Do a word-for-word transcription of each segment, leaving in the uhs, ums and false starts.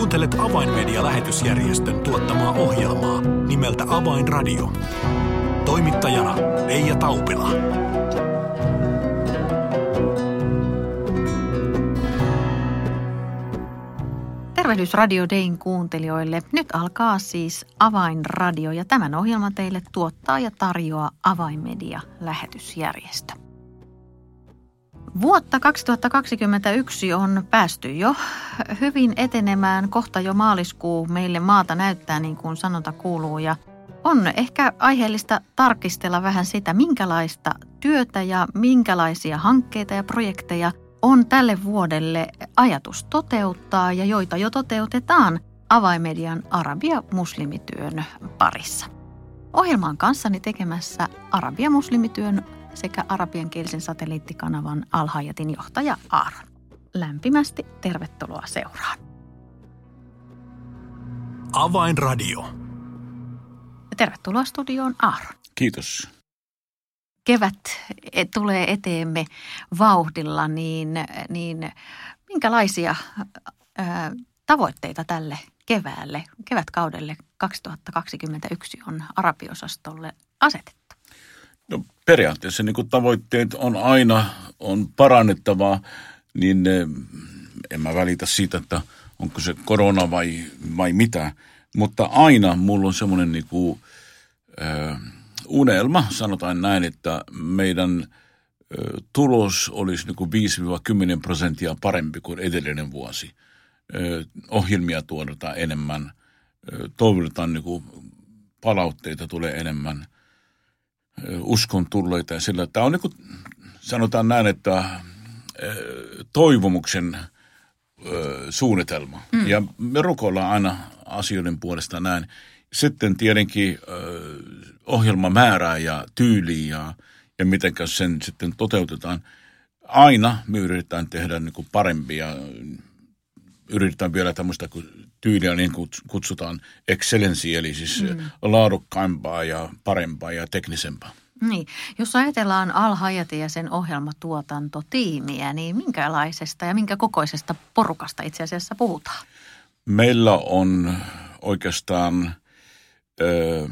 Kuuntelet Avainmedia-lähetysjärjestön tuottamaa ohjelmaa nimeltä Avainradio. Toimittajana Leija Taupila. Tervehdys Radio Dayn kuuntelijoille. Nyt alkaa siis Avainradio ja tämän ohjelman teille tuottaa ja tarjoaa Avainmedia-lähetysjärjestö. Vuotta kaksituhattakaksikymmentäyksi on päästy jo hyvin etenemään. Kohta jo maaliskuu meille maata näyttää, niin kuin sanonta kuuluu. Ja on ehkä aiheellista tarkistella vähän sitä, minkälaista työtä ja minkälaisia hankkeita ja projekteja on tälle vuodelle ajatus toteuttaa ja joita jo toteutetaan Avainmedian arabia-muslimityön parissa. Ohjelman kanssani tekemässä arabia-muslimityön sekä arabiankielisen satelliittikanavan Al-Hayatin johtaja Aaron. Lämpimästi tervetuloa seuraan. Avainradio. Tervetuloa studioon, Aaron. Kiitos. Kevät tulee eteemme vauhdilla, niin, niin minkälaisia ää, tavoitteita tälle keväälle, kevätkaudelle kaksituhattakaksikymmentäyksi on arabiosastolle asetettu? No, periaatteessa niin kuin tavoitteet on aina on parannettavaa, niin en mä välitä siitä, että onko se korona vai, vai mitä, mutta aina mulla on semmoinen niin kuin, äh, unelma, sanotaan näin, että meidän äh, tulos olisi niin kuin viisi kymmenen prosenttia parempi kuin edellinen vuosi. Äh, ohjelmia tuotetaan enemmän, äh, toivotaan niin kuin palautteita tulee enemmän. Uskon tulleita ja sillä. Tämä on niin kuin, sanotaan näin, että toivomuksen suunnitelma. Mm. Ja me rukoillaan aina asioiden puolesta näin. Sitten tietenkin ohjelmamäärää ja tyyliä ja, ja miten sen sitten toteutetaan. Aina me yritetään tehdä niin kuin parempia. Yritetään vielä tämmöistä tyyliä, niin kuin kutsutaan excellency, eli siis mm. laadukkaimpaa ja parempaa ja teknisempaa. Niin. Jos ajatellaan Al-Hayatia ja sen ohjelmatuotantotiimiä, niin minkälaisesta ja minkä kokoisesta porukasta itse asiassa puhutaan? Meillä on oikeastaan ö,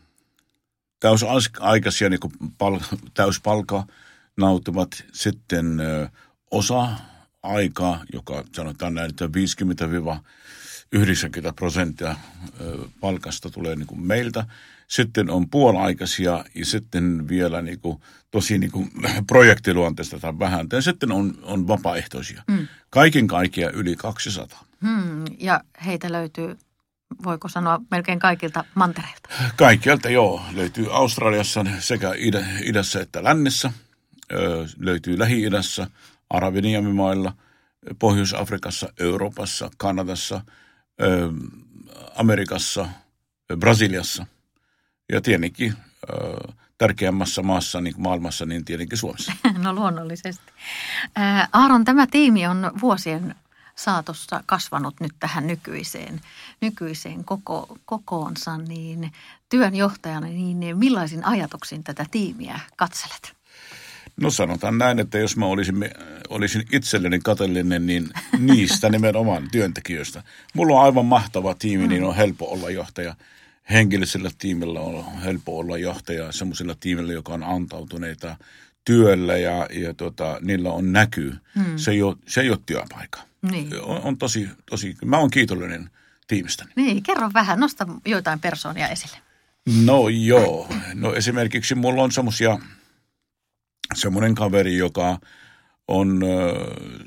täysaikaisia niin kuin pal- täyspalka nauttivat sitten ö, osa aika, joka sanotaan näin, että viisikymmentä yhdeksänkymmentä prosenttia palkasta tulee niin kuin meiltä. Sitten on puolaikaisia ja sitten vielä niin kuin, tosi niin kuin projektiluonteista tai vähän. Ja sitten on, on vapaaehtoisia. Mm. Kaiken kaikkiaan yli kaksisataa. Hmm, ja heitä löytyy, voiko sanoa, melkein kaikilta mantereilta? Kaikkialta, joo. Löytyy Australiassa sekä idä, idässä että lännessä. Ö, löytyy Lähi-idässä, Arabiniemimailla, Pohjois-Afrikassa, Euroopassa, Kanadassa, ö, Amerikassa, Brasiliassa ja tietenkin ö, tärkeämmässä maassa niin maailmassa, niin tietenkin Suomessa. No luonnollisesti. Ää, Aaron, tämä tiimi on vuosien saatossa kasvanut nyt tähän nykyiseen, nykyiseen koko, kokoonsa, niin työnjohtajana, niin millaisin ajatuksin tätä tiimiä katselet? No sanotaan näin, että jos mä olisin, olisin itselleni kateellinen, niin niistä nimenomaan työntekijöistä. Mulla on aivan mahtava tiimi, niin on helppo olla johtaja. Henkilöisellä tiimillä on helppo olla johtaja semmoisella tiimillä, joka on antautuneita työllä ja, ja tota, niillä on näkyy. Hmm. Se, ei ole, se ei ole työpaikka. Niin. On, on tosi, tosi, mä oon kiitollinen tiimistäni. Niin, kerro vähän, nosta joitain persoonia esille. No joo, no esimerkiksi mulla on semmoisia... Semmoinen kaveri, joka on äh,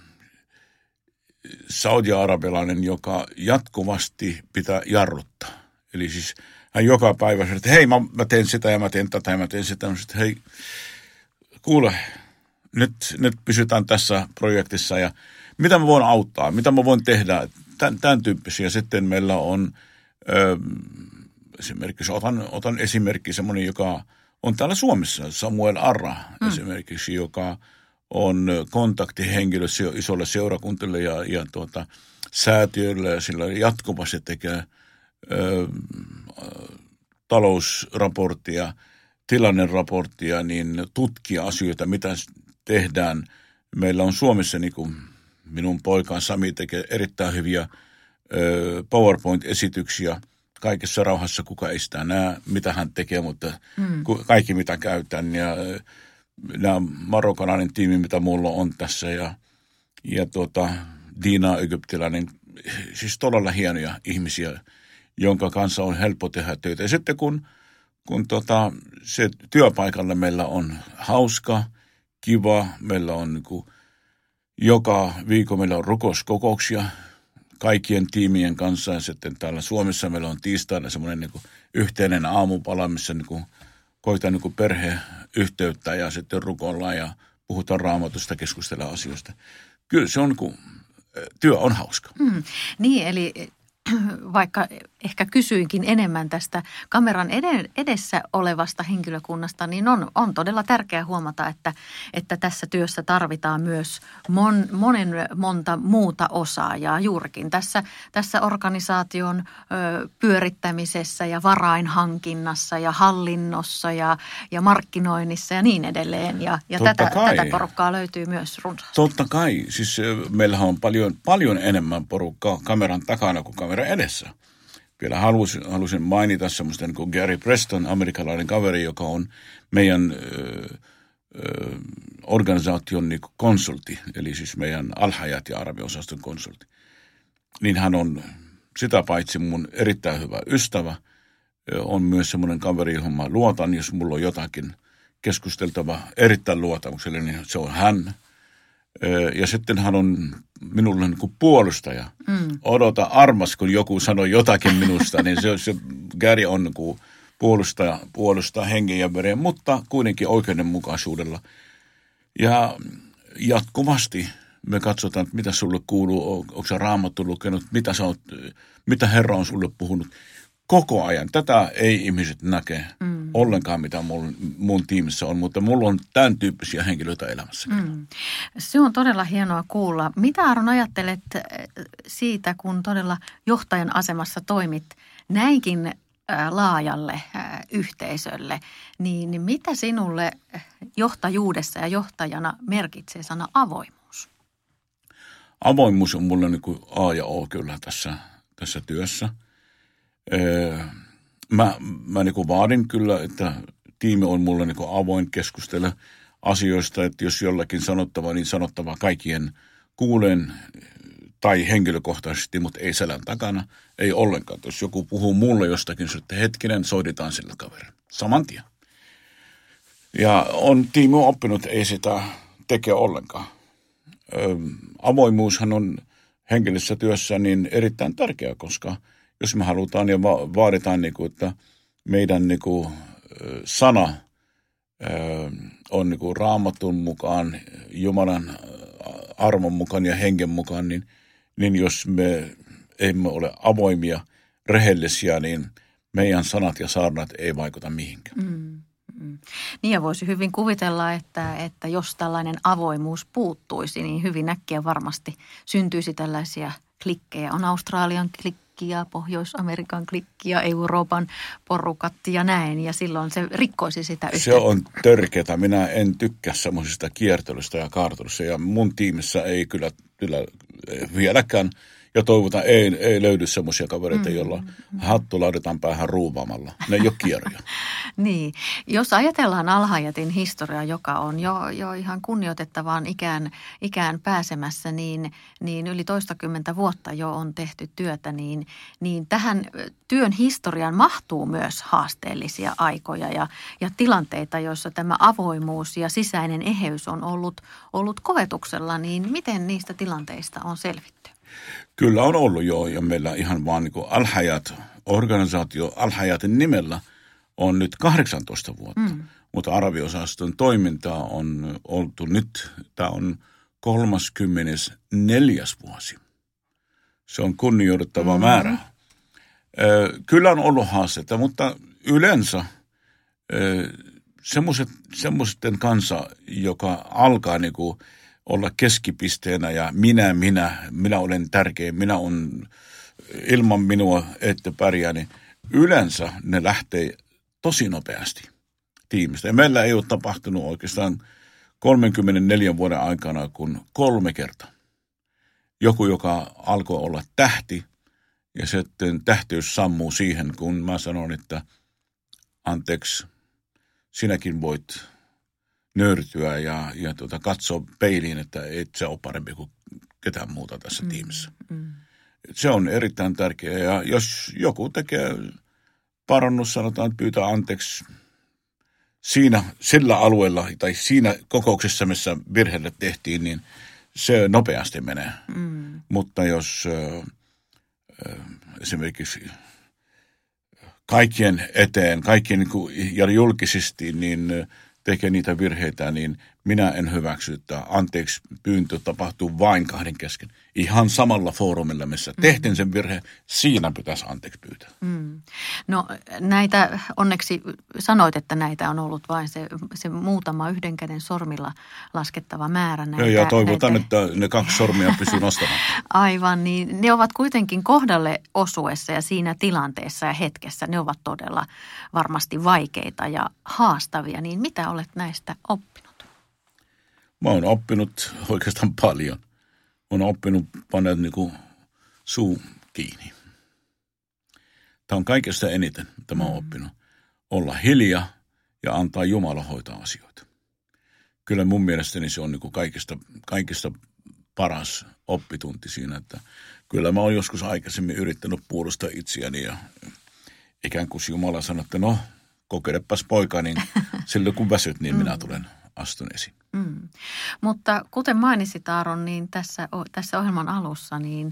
saudi-arabialainen, joka jatkuvasti pitää jarruttaa. Eli siis hän joka päivä sanoo, että hei, mä, mä teen sitä ja mä teen tätä ja mä teen sitä. Sitten, hei, kuule, nyt, nyt pysytään tässä projektissa ja mitä mä voin auttaa, mitä mä voin tehdä, tämän, tämän tyyppisiä. Sitten meillä on äh, esimerkiksi, otan, otan esimerkki semmoinen, joka... On täällä Suomessa Samuel Arra mm. esimerkiksi, joka on kontaktihenkilö isolle seurakuntille ja, ja tuota, säätiölle ja sillä jatkuvasti tekee ö, talousraporttia, tilanneraporttia, niin tutkia asioita, mitä tehdään. Meillä on Suomessa, niin kuin minun poikani Sami tekee erittäin hyviä PowerPoint-esityksiä kaikessa rauhassa, kuka ei sitä näe, mitä hän tekee, mutta mm. kaikki mitä käytän. Ja nämä marokalainen tiimi, mitä mulla on tässä ja, ja tuota, Diina egyptiläinen, siis todella hienoja ihmisiä, jonka kanssa on helppo tehdä töitä. Ja sitten kun, kun tota, se työpaikalle meillä on hauska, kiva, meillä on niin kuin, joka viikko meillä on rukouskokouksia kaikkien tiimien kanssa. Ja sitten täällä Suomessa meillä on tiistaina semmoinen niin kuin yhteinen aamupala, missä niin kuin koitaan niin kuin perheyhteyttä ja sitten rukoillaan ja puhutaan Raamatusta, keskustellaan asioista. Kyllä se on niin kuin, työ on hauska. Mm, niin, eli vaikka ehkä kysyinkin enemmän tästä kameran edessä olevasta henkilökunnasta, niin on, on todella tärkeää huomata, että, että tässä työssä tarvitaan myös mon, monen monta muuta osaajaa juurikin tässä, tässä organisaation ö, pyörittämisessä ja varainhankinnassa ja hallinnossa ja, ja markkinoinnissa ja niin edelleen. Ja, ja tätä, tätä porukkaa löytyy myös runsaasti. Totta kai. Siis meillähän on paljon, paljon enemmän porukkaa kameran takana kuin kameran edessä. Vielä halusin, halusin mainita semmoista niin kuin Gary Preston, amerikkalainen kaveri, joka on meidän ö, ö, organisaation niin kuin konsultti, eli siis meidän Al-Hayat ja Arabiosaston konsultti. Niin hän on sitä paitsi mun erittäin hyvä ystävä, on myös semmoinen kaveri, johon mä luotan, jos mulla on jotakin keskusteltava erittäin luotamukselle, niin se on hän. Ja sitten hän on minulle niin kuin puolustaja. Mm. Odota armas, kun joku sanoo jotakin minusta, niin se, se Gary on niin kuin puolustaja, puolustaa hengen ja veren, mutta kuitenkin oikeudenmukaisuudella. Ja jatkuvasti me katsotaan, että mitä sulle kuuluu, onko sä Raamattu lukenut, mitä, sä oot, mitä Herra on sulle puhunut. Koko ajan. Tätä ei ihmiset näke mm. ollenkaan, mitä mun, mun tiimissä on, mutta mulla on tämän tyyppisiä henkilöitä elämässä. Mm. Se on todella hienoa kuulla. Mitä Aaron ajattelet siitä, kun todella johtajan asemassa toimit näinkin laajalle yhteisölle, niin mitä sinulle johtajuudessa ja johtajana merkitsee sana avoimuus? Avoimuus on mulle niin kuin A ja O kyllä tässä, tässä työssä. Mä, mä niin kuin vaadin kyllä, että tiimi on mulle niin kuin avoin keskustella asioista, että jos jollakin sanottava, niin sanottava kaikkien kuulen tai henkilökohtaisesti, mutta ei selän takana, ei ollenkaan. Jos joku puhuu mulle jostakin, sitten hetkinen, soitetaan sillä kaverin. Saman tien. Ja on tiimi on oppinut, ei sitä tekee ollenkaan. Ö, avoimuushan on henkilössä työssä niin erittäin tärkeää, koska jos me halutaan ja va- vaaditaan, niin kuin, että meidän niin kuin, sana ö, on niin kuin Raamatun mukaan, Jumalan armon mukaan ja hengen mukaan, niin, niin jos me emme ole avoimia, rehellisiä, niin meidän sanat ja saarnat ei vaikuta mihinkään. Mm, mm. Niin ja voisi hyvin kuvitella, että, että jos tällainen avoimuus puuttuisi, niin hyvin äkkiä varmasti syntyisi tällaisia klikkejä. On Australian klikkiä, Pohjois-Amerikan klikkiä, Euroopan porukat ja näin. Ja silloin se rikkoisi sitä yhteyttä. Se on törkeätä. Minä en tykkää semmoisista kiertelystä ja kaartelusta. Ja mun tiimissä ei kyllä, kyllä vieläkään. Ja toivotaan, ei, ei löydy semmoisia kavereita, joilla hattu laitetaan päähän ruuvaamalla. Ne ei ole kierroja. Niin. Jos ajatellaan Al-Hayatin historiaa, joka on jo, jo ihan kunnioitettavaan ikään, ikään pääsemässä, niin, niin yli toistakymmentä vuotta jo on tehty työtä, niin, niin tähän työn historiaan mahtuu myös haasteellisia aikoja ja, ja tilanteita, joissa tämä avoimuus ja sisäinen eheys on ollut, ollut koetuksella, niin miten niistä tilanteista on selvitty? Kyllä on ollut jo, ja meillä ihan vaan niin kuin Al-Hayat, organisaatio Al-Hayatin nimellä on nyt kahdeksantoista vuotta, mm. mutta Arabiosaston toiminta on oltu nyt, tämä on kolmaskymmenesneljäs vuosi. Se on kunnioitettava mm. määrä. Kyllä on ollut haasteita, mutta yleensä semmoisten kanssa, joka alkaa niin kuin olla keskipisteenä ja minä, minä, minä olen tärkein, minä olen ilman minua, että pärjää, niin yleensä ne lähtee tosi nopeasti tiimistä. Ja meillä ei ole tapahtunut oikeastaan kolmekymmentäneljä vuoden aikana kuin kolme kertaa. Joku, joka alkoi olla tähti, Ja sitten tähteys sammuu siihen, kun mä sanon, että anteeksi, sinäkin voit nöyrtyä ja, ja tuota, katsoa peiliin, että et se ole parempi kuin ketään muuta tässä mm, tiimissä. Mm. Se on erittäin tärkeää. Ja jos joku tekee parannus, sanotaan, pyytää anteeksi siinä, sillä alueella tai siinä kokouksessa, missä virheelle tehtiin, niin se nopeasti menee. Mm. Mutta jos äh, äh, esimerkiksi kaikkien eteen, kaikkien niin kuin, ja julkisesti, niin tekee niitä virheitä, niin minä en hyväksy, että anteeksi pyyntö tapahtuu vain kahden kesken. Ihan samalla foorumilla, missä mm. tehtiin sen virhe, siinä pitäisi anteeksi pyytää. Mm. No näitä, onneksi sanoit, että näitä on ollut vain se, se muutama yhden käden sormilla laskettava määrä. Näitä, ja, ja toivotaan, näitä... että ne kaksi sormia pysyy nostamatta. Aivan, niin ne ovat kuitenkin kohdalle osuessa ja siinä tilanteessa ja hetkessä, ne ovat todella varmasti vaikeita ja haastavia. Niin mitä olet näistä oppinut? Mä oon oppinut oikeastaan paljon. Mä oon oppinut panna niinku suu kiinni. Tämä on kaikesta eniten, mitä mä oon oppinut. Olla hiljaa ja antaa Jumala hoitaa asioita. Kyllä mun mielestäni se on niinku kaikista, kaikista paras oppitunti siinä, että kyllä mä oon joskus aikaisemmin yrittänyt puolustaa itseäni ja ikään kuin Jumala sanoi, että no kokeilepas poika, niin silloin kun väsyt, niin minä tulen astun esiin. Mm. Mutta kuten mainitsit Aaron, niin tässä, tässä ohjelman alussa, niin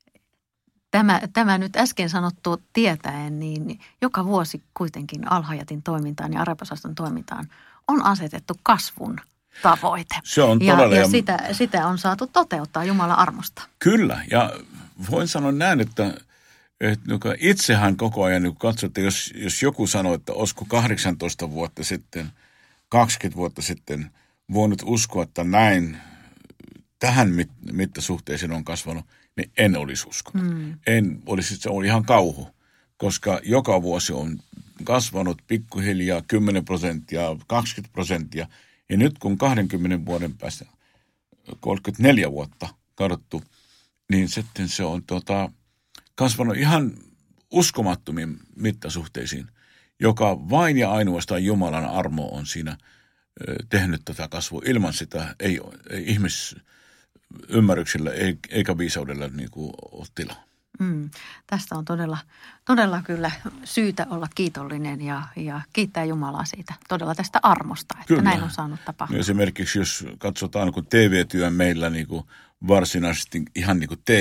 tämä, tämä nyt äsken sanottu tietäen, niin joka vuosi kuitenkin Al-Hayatin toimintaan ja Arabiosaston toimintaan on asetettu kasvun tavoite. Se on ja, todella. Ja, ja sitä, sitä on saatu toteuttaa Jumalan armosta. Kyllä, ja voin sanoa näin, että että itsehän koko ajan niin katsotte, jos, jos joku sanoo, että olisiko kahdeksantoista vuotta sitten, kaksikymmentä vuotta sitten voinut uskoa, että näin tähän mit, mittasuhteeseen on kasvanut, niin en olisi uskonut. Mm. En olisi, se oli ihan kauhu, koska joka vuosi on kasvanut pikkuhiljaa kymmenen prosenttia, kaksikymmentä prosenttia. Ja nyt kun kaksikymmentä vuoden päästä, kolmekymmentäneljä vuotta kadottu, niin sitten se on tota, kasvanut ihan uskomattomiin mittasuhteisiin, joka vain ja ainoastaan Jumalan armo on siinä tehnyt tätä kasvua. Ilman sitä ei, ei ihmisymmärryksellä eikä viisaudella niin kuin ole tilaa. Mm, tästä on todella, todella kyllä syytä olla kiitollinen ja, ja kiittää Jumalaa siitä todella tästä armosta, että kyllä. Näin on saanut tapahtua. Esimerkiksi jos katsotaan kun T V-työ meillä niin kuin varsinaisesti ihan niin kuin T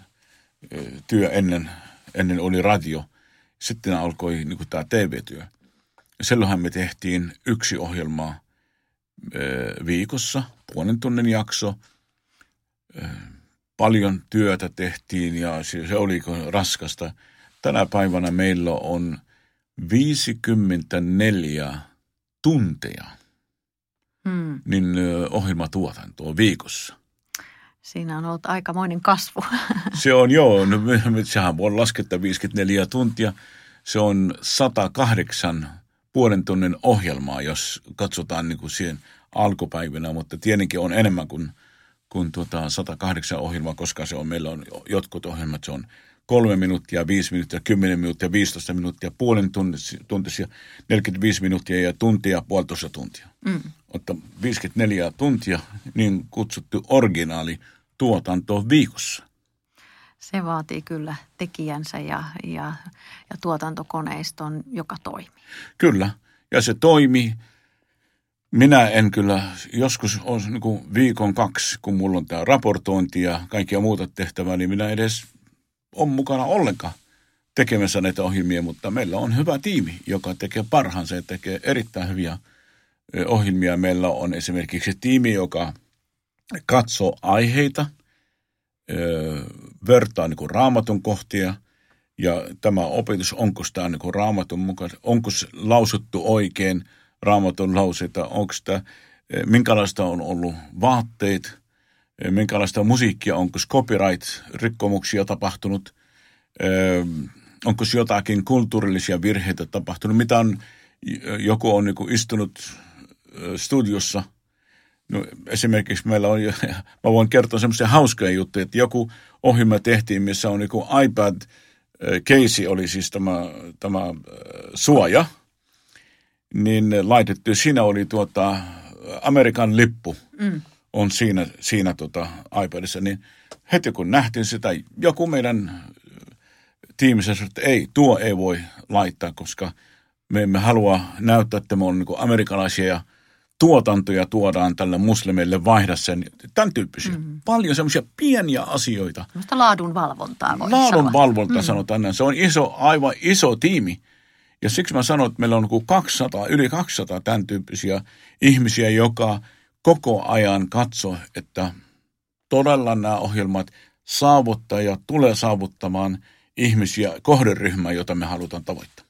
V-työ ennen, ennen oli radio, sitten alkoi niin kuin tämä T V-työ. Silloinhan me tehtiin yksi ohjelma viikossa, puolen tunnin jakso. Paljon työtä tehtiin ja se oli raskasta. Tänä päivänä meillä on viisikymmentäneljä tunteja hmm. niin ohjelmatuotantoa viikossa. Siinä on ollut aikamoinen kasvu. Se on joo, no, sehän voi laskea viisikymmentäneljä tuntia. Se on sata kahdeksan puolen tunnin ohjelmaa, jos katsotaan niin kuin siihen alkupäivänä, mutta tietenkin on enemmän kuin, kuin tuota sata kahdeksan ohjelmaa, koska se on, meillä on jotkut ohjelmat, se on kolme minuuttia, viisi minuuttia, kymmenen minuuttia, viisitoista minuuttia, puolen tuntisia, neljäkymmentäviisi minuuttia ja tuntia, puolitoista tuntia. Mm. Mutta viisikymmentäneljä tuntia, niin kutsuttu originaali tuotanto viikossa. Se vaatii kyllä tekijänsä ja, ja, ja tuotantokoneiston, joka toimii. Kyllä, ja se toimii. Minä en kyllä, joskus on niin kuin viikon kaksi, kun mulla on tämä raportointi ja kaikkia muuta tehtävää, niin minä edes on mukana ollenkaan tekemässä näitä ohjelmia, mutta meillä on hyvä tiimi, joka tekee parhaansa ja tekee erittäin hyviä ohjelmia. Meillä on esimerkiksi tiimi, joka katsoo aiheita, vertaa niin kuin raamatun kohtia ja tämä opetus, onko tämä niin kuin raamatun mukaan, onko lausuttu oikein raamatun lauseita, onko sitä, minkälaista on ollut vaatteet, minkälaista musiikkia, onko copyright-rikkomuksia tapahtunut, onko jotakin kulttuurillisia virheitä tapahtunut, mitä on, joku on niin kuin istunut studiossa. No, esimerkiksi meillä on, mä voin kertoa semmoisia hauskoja juttuja, että joku ohjelma tehtiin, missä on niin kuin iPad keisi oli siis tämä, tämä suoja, niin laitettu, siinä oli tuota Amerikan lippu mm. on siinä, siinä tuota iPadissa, niin heti kun nähtiin sitä, joku meidän tiimissä sanoi, että ei, tuo ei voi laittaa, koska me emme halua näyttää, että me on niin kuin amerikkalaisia tuotantoja tuodaan tälle muslimeille, vaihda sen, tämän tyyppisiä. Mm. Paljon semmoisia pieniä asioita. Semmoista laadunvalvontaa voi Laadun sanoa. valvonta mm. sanotaan näin. Se on iso, aivan iso tiimi. Ja siksi mä sanon, että meillä on kaksisataa, yli kaksisataa tämän tyyppisiä ihmisiä, joka koko ajan katsoo, että todella nämä ohjelmat saavuttaa ja tulee saavuttamaan ihmisiä, kohderyhmää, jota me halutaan tavoittaa.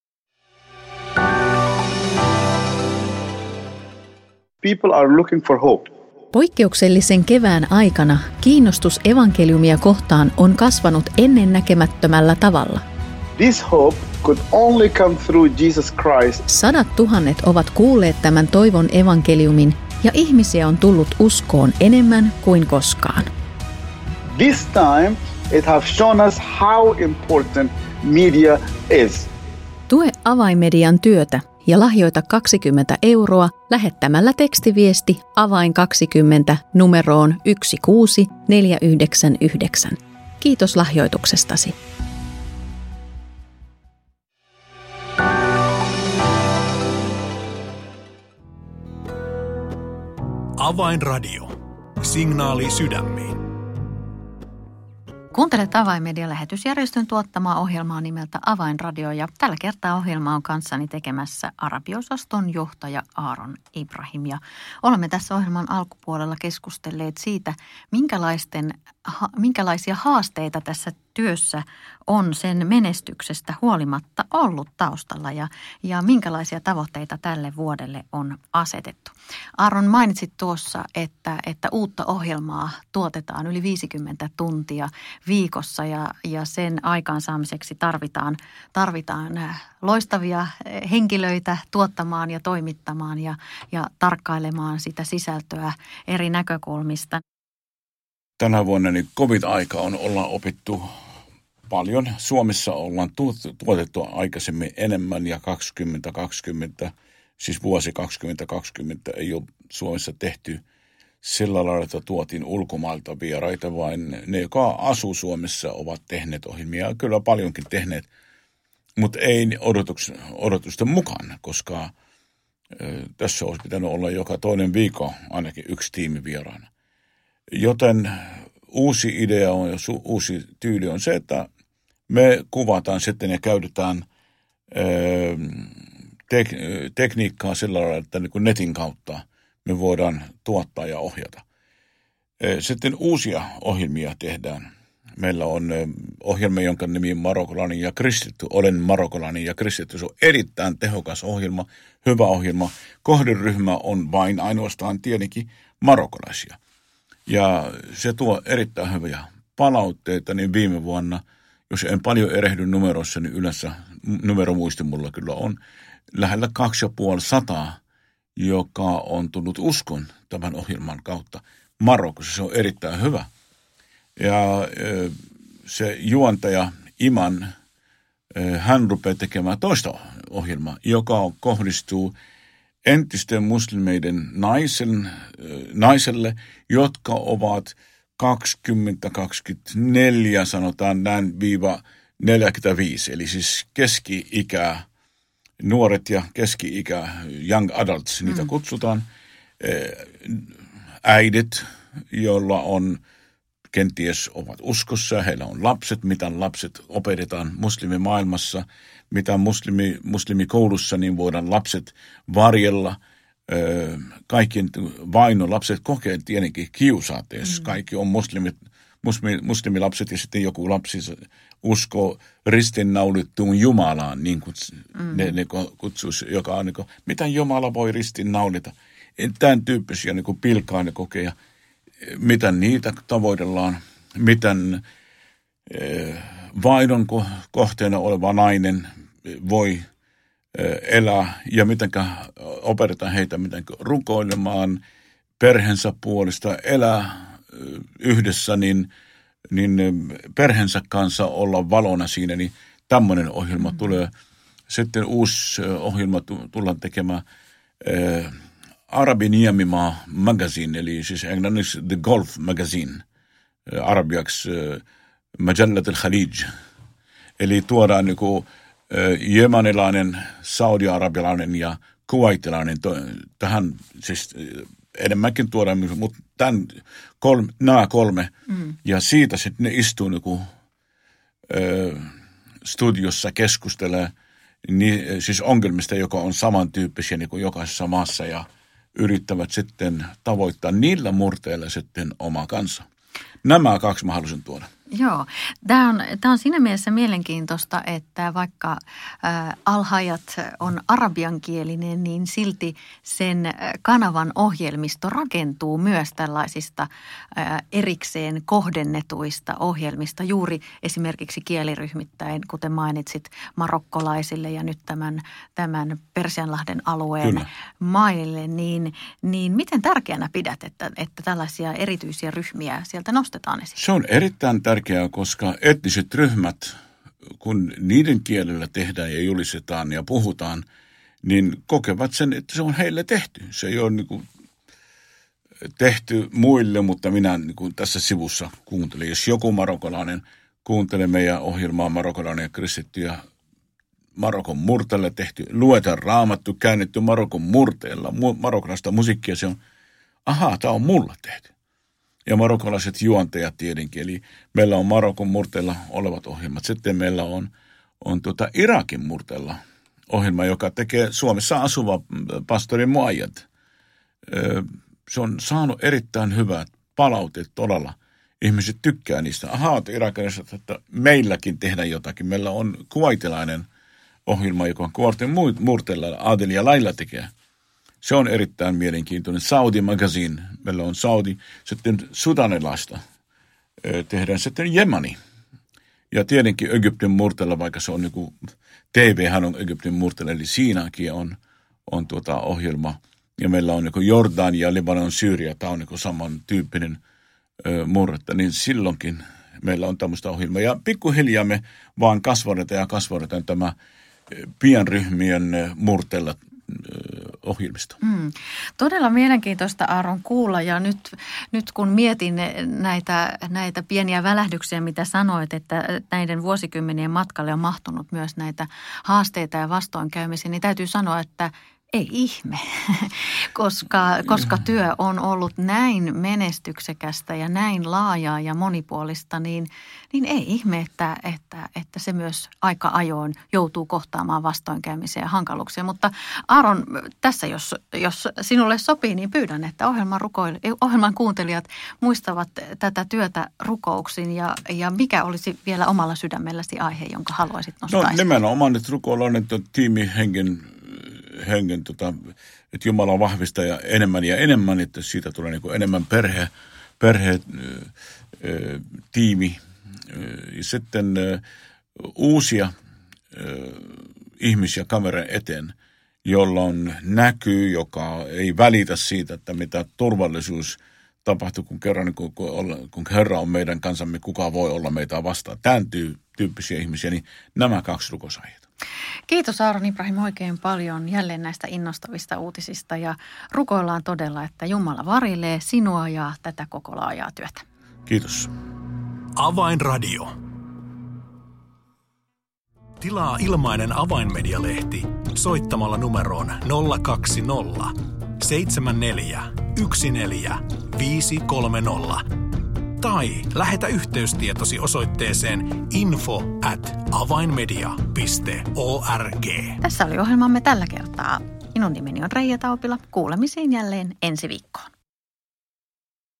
People are looking for hope. Poikkeuksellisen kevään aikana kiinnostus evankeliumia kohtaan on kasvanut ennennäkemättömällä tavalla. This hope could only come through Jesus Christ. Sadat tuhannet ovat kuulleet tämän toivon evankeliumin ja ihmisiä on tullut uskoon enemmän kuin koskaan. This time it has shown us how important media is. Tue Avainmedian työtä ja lahjoita kaksikymmentä euroa lähettämällä tekstiviesti avain kaksikymmentä numeroon yksi kuusi neljä yhdeksän yhdeksän. Kiitos lahjoituksestasi. Avainradio. Signaali sydämiin. Kuuntelet Avainmedia-lähetysjärjestön tuottamaa ohjelmaa nimeltä Avainradio ja tällä kertaa ohjelma on kanssani tekemässä arabiosaston johtaja Aaron Ibrahim. Ja olemme tässä ohjelman alkupuolella keskustelleet siitä, minkälaisten, ha, minkälaisia haasteita tässä työssä on sen menestyksestä huolimatta ollut taustalla ja, ja minkälaisia tavoitteita tälle vuodelle on asetettu. Aaron, mainitsit tuossa, että, että uutta ohjelmaa tuotetaan yli viisikymmentä tuntia viikossa ja, ja sen aikaansaamiseksi tarvitaan, tarvitaan loistavia henkilöitä tuottamaan ja toimittamaan ja, ja tarkkailemaan sitä sisältöä eri näkökulmista. Tänä vuonna niin covid-aika on ollaan opittu paljon. Suomessa ollaan tuotettu aikaisemmin enemmän ja kaksituhattakaksikymmentä, siis vuosi kaksituhattakaksikymmentä ei ole Suomessa tehty sillä lailla, että tuotiin ulkomailta vieraita, vaan ne, jotka asuu Suomessa, ovat tehneet ohjelmia. Kyllä paljonkin tehneet, mutta ei odotus, odotusten mukaan, koska äh, tässä olisi pitänyt olla joka toinen viikko ainakin yksi tiimi vieraana. Joten uusi idea on ja su- uusi tyyli on se, että me kuvataan sitten ja käytetään ö, tek- tekniikkaa sillä lailla, että niin kuin netin kautta me voidaan tuottaa ja ohjata. Sitten uusia ohjelmia tehdään. Meillä on ohjelma, jonka nimi on Marokkolainen ja kristitty. Olen marokkolainen ja kristitty. Se on erittäin tehokas ohjelma, hyvä ohjelma. Kohderyhmä on vain ainoastaan tietenkin marokkolaisia. Ja se tuo erittäin hyviä palautteita, niin viime vuonna, jos en paljon erehdy numeroissa, niin yleensä numeromuisti mulla kyllä on lähellä kaksi ja puoli sataa, joka on tullut uskon tämän ohjelman kautta Marokossa. Se on erittäin hyvä. Ja se juontaja Iman, hän rupeaa tekemään toista ohjelmaa, joka kohdistuu entisten muslimeiden naisen, naiselle, jotka ovat kaksikymmentä kaksikymmentäneljä, sanotaan näin, viiva neljäkymmentäviisi, eli siis keski-ikä, nuoret ja keski-ikä, young adults, niitä mm. kutsutaan, äidit, joilla on kenties ovat uskossa, heillä on lapset, mitä lapset opetetaan muslimimaailmassa, mitä muslimi, muslimikoulussa, niin voidaan lapset varjella. Kaikkien vainon lapset kokee tietenkin kiusaat, jos mm. kaikki on muslimit, muslimi, muslimilapset ja sitten joku lapsi uskoo ristiinnaulittuun Jumalaan, niin kuin mm. ne, ne kutsuisi, joka on niin kuin, mitä Jumala voi ristiinnaulita. Tämän tyyppisiä niin kuin pilkaa ne kokee ja miten niitä tavoitellaan, miten vainon kohteena oleva nainen voi elää ja miten opetetaan heitä miten rukoilemaan perheensä puolesta, elää yhdessä niin niin perheensä kanssa olla valona siinä, niin tämmöinen ohjelma mm. tulee. Sitten uusi ohjelma tullaan tekemään äh, Arabi Niemimaa Magazine, eli siis englanniksi The Gulf Magazine, äh, arabiaksi äh, Majallat al-Khalij. Eli tuodaan niin kuin äh, jemanilainen, saudi-arabialainen ja kuwaitilainen to, tähän siis enemmänkin tuodaan, mutta tämän kolme, nämä kolme, mm. ja siitä sitten ne istuu niin kuin, ö, studiossa keskustelee niin, siis ongelmista, joka on samantyyppisiä niin kuin jokaisessa maassa, ja yrittävät sitten tavoittaa niillä murteilla sitten oma kansa. Nämä kaksi mä halusin tuoda. Joo, tämä on, tämä on siinä mielessä mielenkiintoista, että vaikka ä, Al-Hayat on arabiankielinen, niin silti sen kanavan ohjelmisto rakentuu myös tällaisista ä, erikseen kohdennetuista ohjelmista, juuri esimerkiksi kieliryhmittäin, kuten mainitsit, marokkolaisille ja nyt tämän, tämän Persianlahden alueen Kyllä. maille, niin, niin miten tärkeänä pidät, että, että tällaisia erityisiä ryhmiä sieltä nostetaan esiin? Se on erittäin tärkeää. Koska etniset ryhmät, kun niiden kielellä tehdään ja julistetaan ja puhutaan, niin kokevat sen, että se on heille tehty. Se ei ole niin kuin tehty muille, mutta minä niin kuin tässä sivussa kuuntelen. Jos joku marokkolainen kuuntelee meidän ohjelmaa marokkolainen ja kristittyjä Marokon murteella tehty, luetaan raamattu, käännetty Marokon murteella, marokkolaista musiikkia, se on, ahaa, tämä on mulla tehty. Ja marokkolaiset juontajat tietenkin, eli meillä on Marokon murteella olevat ohjelmat. Sitten meillä on, on tuota Irakin murteella ohjelma, joka tekee Suomessa asuva pastori Muayyad. Se on saanut erittäin hyvät palautet todella. Ihmiset tykkää niistä. Ahaa, että irakilaiset, että meilläkin tehdään jotakin. Meillä on kuwaitilainen ohjelma, joka on Kuorten murteella, Adel ja Laila tekee. Se on erittäin mielenkiintoinen. Saudi Magazine. Meillä on Saudi. Sitten sudanilaista. Tehdään sitten Jemani. Ja tietenkin Egyptin murteella, vaikka se on niin kuin, T V:hän on Egyptin murteella, eli siinäkin on, on tuota ohjelma. Ja meillä on niin kuin Jordania, Libanon, Syyria. Tämä on niin kuin samantyyppinen ö, murretta. Niin silloinkin meillä on tämmöistä ohjelmaa. Ja pikkuhiljaa me vaan kasvatetaan ja kasvatetaan tämä pienryhmien murteella ohjelmista. Mm. Todella mielenkiintoista, Aaron, kuulla, ja nyt, nyt kun mietin näitä, näitä pieniä välähdyksiä, mitä sanoit, että näiden vuosikymmenien matkalle on mahtunut myös näitä haasteita ja vastoinkäymisiä, niin täytyy sanoa, että ei ihme, koska, koska työ on ollut näin menestyksekästä ja näin laajaa ja monipuolista, niin, niin ei ihme, että, että, että se myös aika ajoin joutuu kohtaamaan vastoinkäymisiä ja hankaluuksia. Mutta Aaron, tässä jos, jos sinulle sopii, niin pyydän, että ohjelman, rukoil, ohjelman kuuntelijat muistavat tätä työtä rukouksin, ja, ja mikä olisi vielä omalla sydämelläsi aihe, jonka haluaisit nostaa? No nimenomaan nyt rukoillaan, että tiimihengen hengen, tota, että Jumala vahvistaa ja enemmän ja enemmän, että siitä tulee niin kuin enemmän perhe, perhe ö, tiimi. Ja sitten ö, uusia ö, ihmisiä kameran eteen, jolla on näkyy, joka ei välitä siitä, että mitä turvallisuus tapahtuu, kun kerran kun, kun, kun Herra on meidän kansamme, kuka voi olla meitä vastaan. Tämän tyyppisiä ihmisiä, niin nämä kaksi rukosaiheita. Kiitos Aaron Ibrahim oikein paljon jälleen näistä innostavista uutisista, ja rukoillaan todella, että Jumala varilee sinua ja tätä koko laajaa työtä. Kiitos. Avainradio. Tilaa ilmainen Avainmedia-lehti soittamalla numeroon nolla kaksi nolla seitsemän neljä yksi neljä viisi kolme nolla tai lähetä yhteystietosi osoitteeseen info at avainmedia piste org. Tässä oli ohjelmamme tällä kertaa. Minun nimeni on Reija Taupila. Kuulemisiin jälleen ensi viikkoon.